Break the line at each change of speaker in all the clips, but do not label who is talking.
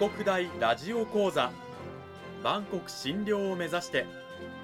国大ラジオ講座万国診療を目指して。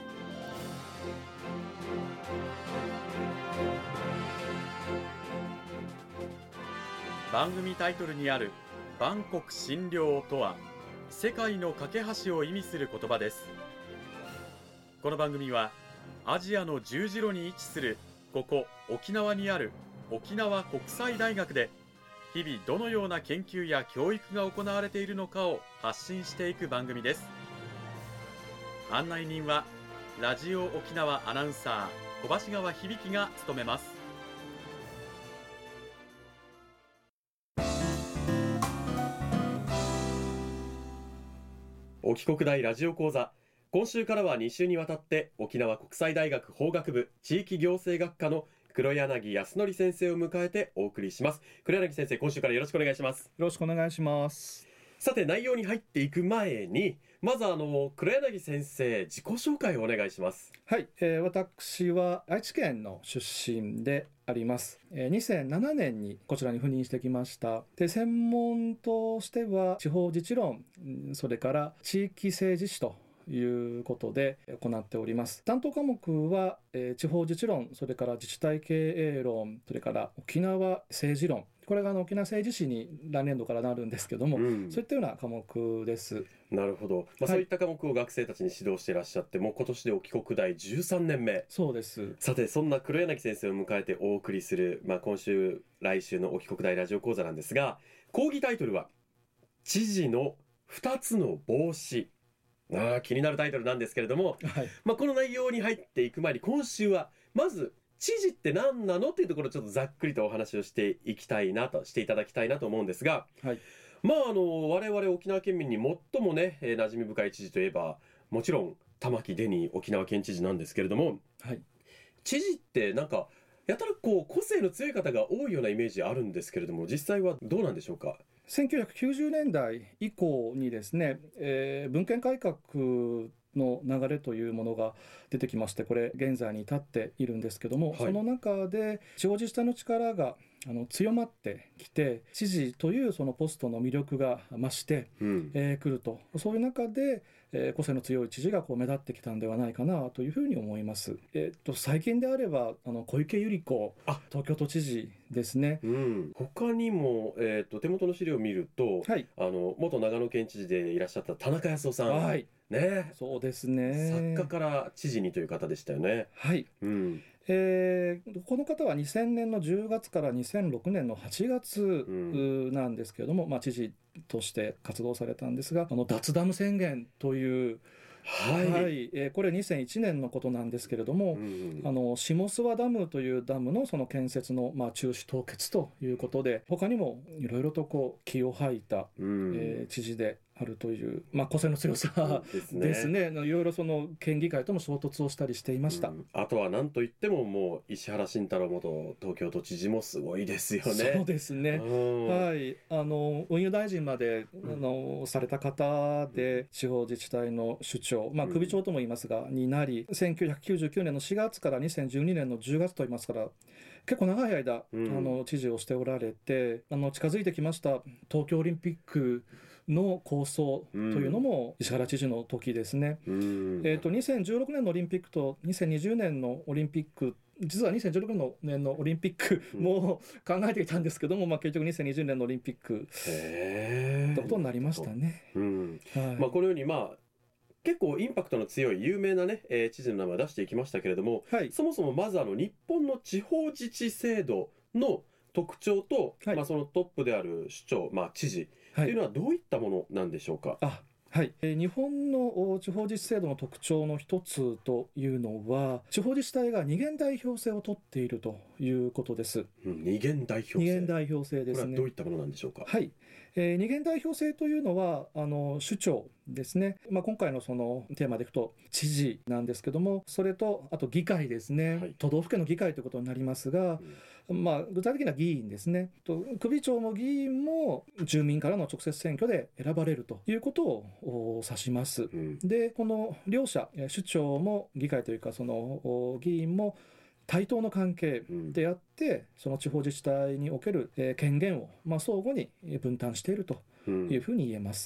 番組タイトルにある万国診療とは、世界の架け橋を意味する言葉です。この番組はアジアの十字路に位置するここ沖縄にある沖縄国際大学で、日々どのような研究や教育が行われているのかを発信していく番組です。案内人はラジオ沖縄アナウンサー小橋川響が務めます。沖国大ラジオ講座、今週からは2週にわたって沖縄国際大学法学部地域行政学科の黒柳康則先生を迎えてお送りします。黒柳先生、今週からよろしくお願いします。
よろしくお願いします。
さて、内容に入っていく前に、まず黒柳先生、自己紹介をお願いします。
はい、私は愛知県の出身であります。2007年にこちらに赴任してきました。で、専門としては地方自治論、それから地域政治史ということで行っております。担当科目は、地方自治論、それから自治体経営論、それから沖縄政治論、これが沖縄政治史に来年度からなるんですけども、そういったような科目です。
なるほど、そういった科目を学生たちに指導していらっしゃって、もう今年で沖国大13年目。
そうです。
さて、そんな黒柳先生を迎えてお送りする、今週来週の沖国大ラジオ講座なんですが、講義タイトルは知事の2つの帽子。気になるタイトルなんですけれども、
はい、
この内容に入っていく前に、今週はまず知事って何なのっていうところをちょっとざっくりとお話をしていただきたいなと思うんですが、
はい、
我々沖縄県民に最もね、馴染み深い知事といえば、もちろん玉城デニー沖縄県知事なんですけれども、
はい、
知事ってやたら個性の強い方が多いようなイメージあるんですけれども、実際はどうなんでしょうか。
1990年代以降にですね、文献改革の流れというものが出てきまして、これ現在に至っているんですけども、その中で地方自治体の力が強まってきて、知事というそのポストの魅力が増してくると、そういう中で、個性の強い知事が目立ってきたんではないかなというふうに思います。最近であれば小池百合子東京都知事ですね。
他にも、手元の資料を見ると、元長野県知事でいらっしゃった田中康夫さん、
そうですね。
作家から知事にという方でしたよね。
はい、この方は2000年の10月から2006年の8月なんですけれども、知事として活動されたんですが、脱ダム宣言という、これ2001年のことなんですけれども、下諏訪ダムというダムのその建設の中止凍結ということで、他にもいろいろと気を吐いた、知事であるという、個性の強さですね。いろいろその県議会とも衝突をしたりしていました。
あとは何といってももう石原慎太郎元東京都知事もすごいですよね。
そうですね。運輸大臣までされた方で、地方自治体の首長、首長とも言いますがになり、1999年の4月から2012年の10月と言いますから、結構長い間知事をしておられて、近づいてきました東京オリンピックの構想というのも石原知事の時ですね。2016年のオリンピックと2020年のオリンピック、実は2016年のオリンピックも考えていたんですけども、結局2020年のオリンピックということになりましたね。
このように結構インパクトの強い有名な知事の名前を出していきましたけれども、そもそもまず日本の地方自治制度の特徴と、そのトップである首長、知事というのはどういったものなんでしょうか。
日本の地方自治制度の特徴の一つというのは、地方自治体が二元代表制を取っているということです。
二元代表制。
二元代表制ですね。
これはどういったものなんでしょうか。
二元代表制というのは首長ですね。今回のそのテーマでいくと知事なんですけども、それとあと議会ですね、都道府県の議会ということになりますが、具体的な議員ですね、首長の議員も住民からの直接選挙で選ばれるということを指します。で、この両者、首長も議会というかその議員も対等の関係であって、その地方自治体における権限を相互に分担しているというふうに言えます。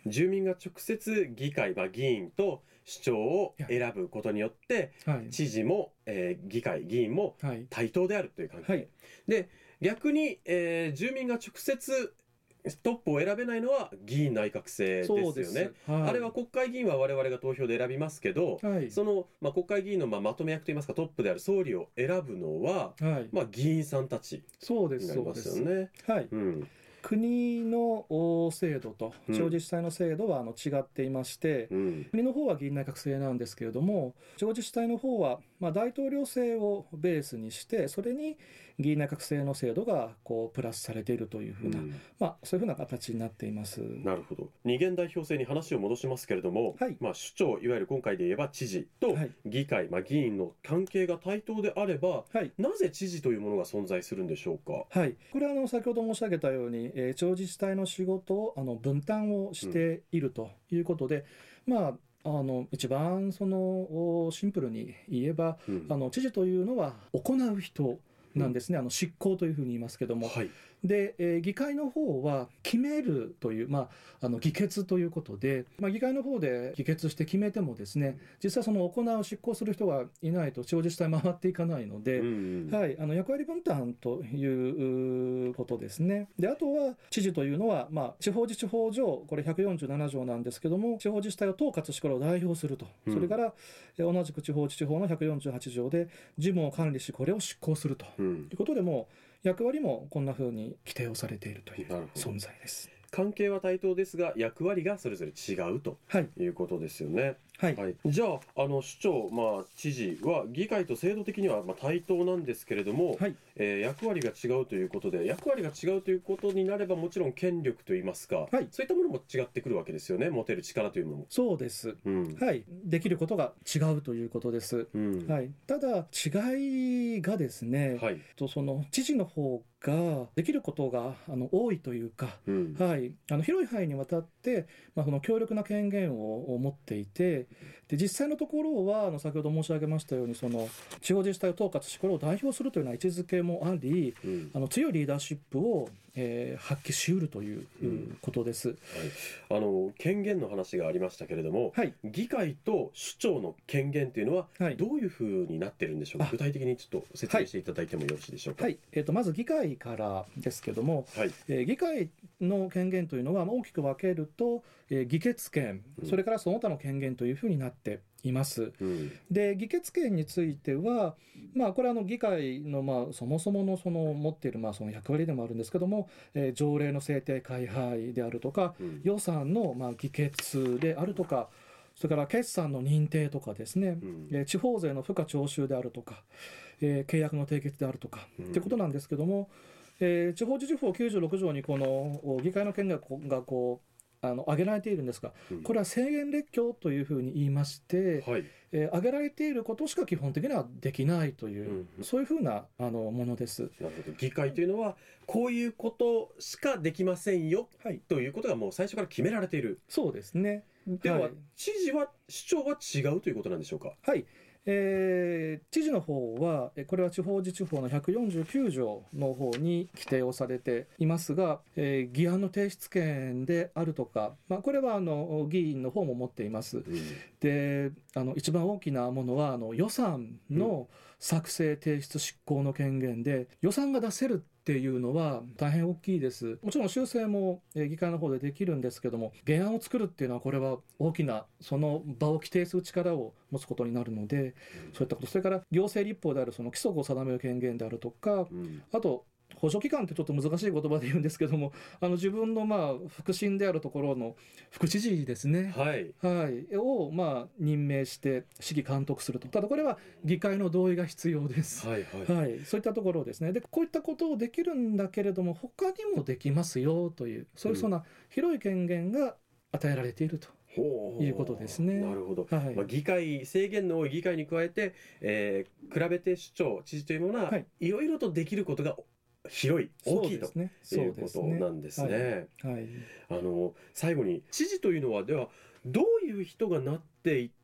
住民が直接議会、議員と首長を選ぶことによって、知事も、議会議員も対等であるという関係、で逆に、住民が直接トップを選べないのは議員内閣制ですよね。あれは国会議員は我々が投票で選びますけど、その、国会議員のまとめ役といいますかトップである総理を選ぶのは、議員さんたちになりますよね。
国の制度と地方自治体の制度は違っていまして、国の方は議員内閣制なんですけれども、地方自治体の方は大統領制をベースにして、それに議員内閣制の制度がプラスされているというふうな、そういうふうな形になっています。
なるほど。二元代表制に話を戻しますけれども、首長、いわゆる今回で言えば知事と議会、議員の関係が対等であれば、なぜ知事というものが存在するんでしょうか。
これは先ほど申し上げたように、地方自治体の仕事を分担をしているということで、一番シンプルに言えば、知事というのは行う人なんですね。執行というふうに言いますけども、で、議会の方は決めるという、議決ということで、議会の方で議決して決めてもですね、実際行う執行する人がいないと地方自治体回っていかないので、役割分担ということですね。で、あとは知事というのは、地方自治法上これ147条なんですけども、地方自治体を統括しこれを代表すると、それから同じく地方自治法の148条で事務を管理しこれを執行するということでも、役割もこんな風に規定をされているという存在です。
関係は対等ですが役割がそれぞれ違うということですよね。じゃあ、首長、知事は議会と制度的には対等なんですけれども、役割が違うということで、役割が違うということになればもちろん権力といいますか、そういったものも違ってくるわけですよね。持てる力というものも。
そうです、できることが違うということです。ただ違いがですね、その知事の方ができることが多いというか、広い範囲にわたって、その強力な権限を持っていて、で実際のところは先ほど申し上げましたように、その地方自治体を統括しこれを代表するというような位置づけもあり、強いリーダーシップを発揮しうるということです。
権限の話がありましたけれども、議会と首長の権限というのはどういうふうになってるんでしょうか。具体的にちょっと説明していただいてもよろしいでしょうか。
まず議会からですけども、議会の権限というのは大きく分けると、議決権、それからその他の権限というふうになっています。で、議決権については、これは議会のそもそもの持っているその役割でもあるんですけども、条例の制定開廃であるとか、予算の議決であるとか、それから決算の認定とかですね、地方税の付加徴収であるとか、契約の締結であるとかということなんですけども、地方自治法96条にこの議会の権限が挙げられているんですが、これは制限列挙というふうに言いまして、挙げられていることしか基本的にはできないという、そういうふうなものです。
なるほど。議会というのはこういうことしかできませんよ、ということがもう最初から決められている。
そうですね。
では、知事は首長は違うということなんでしょうか。
知事の方はこれは地方自治法の149条の方に規定をされていますが、議案の提出権であるとか、これは議員の方も持っています。で、一番大きなものは予算の作成提出執行の権限で、予算が出せるっていうのは大変大きいです。もちろん修正も議会の方でできるんですけども、原案を作るっていうのはこれは大きなその場を規定する力を持つことになるので、そういったこと、それから行政立法であるその規則を定める権限であるとか、あと補助機関ってちょっと難しい言葉で言うんですけども、自分の腹心であるところの副知事ですね、を任命して指揮監督すると。ただこれは議会の同意が必要です。そういったところですね。で、こういったことをできるんだけれども他にもできますよという、そういうそんな広い権限が与えられているということですね。
なるほど。議会、制限の多い議会に加えて、比べて首長、知事というものはいろいろとできることが広い、大きいということなんですね。最後に、知事というのはではどういう人がなっていって、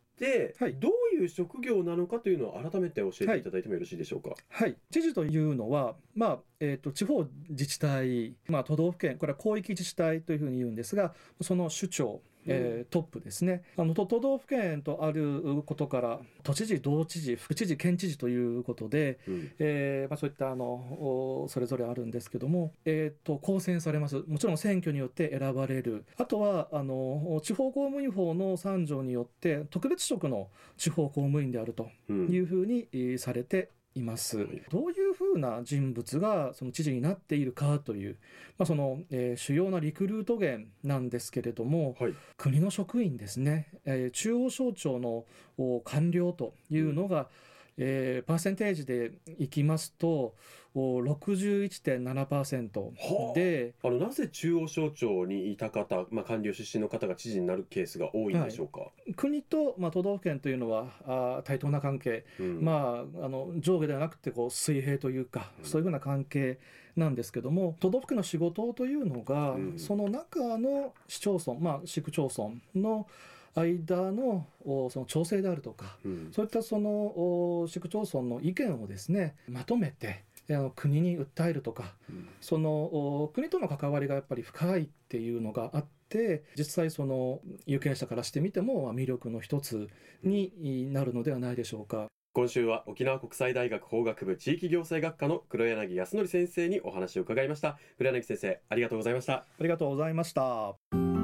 どういう職業なのかというのを改めて教えていただいてもよろしいでしょうか。
知事というのは、地方自治体、都道府県、これは広域自治体というふうに言うんですが、その首長トップですね。都道府県とあることから都知事、道知事、副知事、県知事ということで、そういったそれぞれあるんですけども、公選されます。もちろん選挙によって選ばれる。あとは地方公務員法の3条によって特別職の地方公務員であるというふうにされています。どういうふうな人物がその知事になっているかという、その、主要なリクルート源なんですけれども、国の職員ですね、中央省庁の官僚というのが、パーセンテージでいきますと 61.7% で、
なぜ中央省庁にいた方、官僚出身の方が知事になるケースが多いんでしょうか。
国と、都道府県というのは対等な関係、上下ではなくて水平というか、そういうふうな関係なんですけども、都道府県の仕事というのが、その中の市町村、市区町村の間のその調整であるとか、そういったその市区町村の意見をですねまとめて国に訴えるとか、その国との関わりがやっぱり深いっていうのがあって、実際その有権者からしてみても魅力の一つになるのではないでしょうか。
今週は沖縄国際大学法学部地域行政学科の黒柳康則先生にお話を伺いました。黒柳先生、ありがとうございました。
ありがとうございました。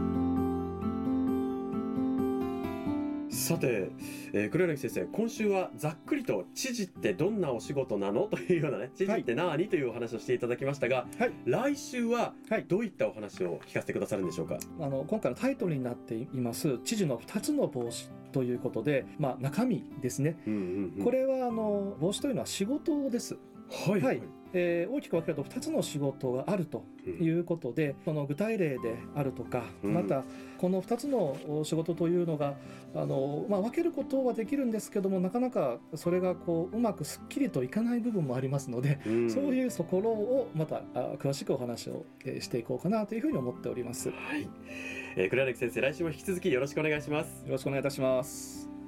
さて、黒柳先生、今週はざっくりと知事ってどんなお仕事なのというようなね、知事って何、というお話をしていただきましたが、来週はどういったお話を聞かせてくださるんでしょうか。
今回のタイトルになっています知事の2つの帽子ということで、中身ですね、これは帽子というのは仕事です。大きく分けると2つの仕事があるということで、その具体例であるとか、またこの2つの仕事というのが分けることはできるんですけども、なかなかそれがうまくすっきりといかない部分もありますので、そういうところをまた詳しくお話をしていこうかなというふうに思っております。
黒柳先生、来週も引き続きよろしくお願いします。
よろしくお願いいたします。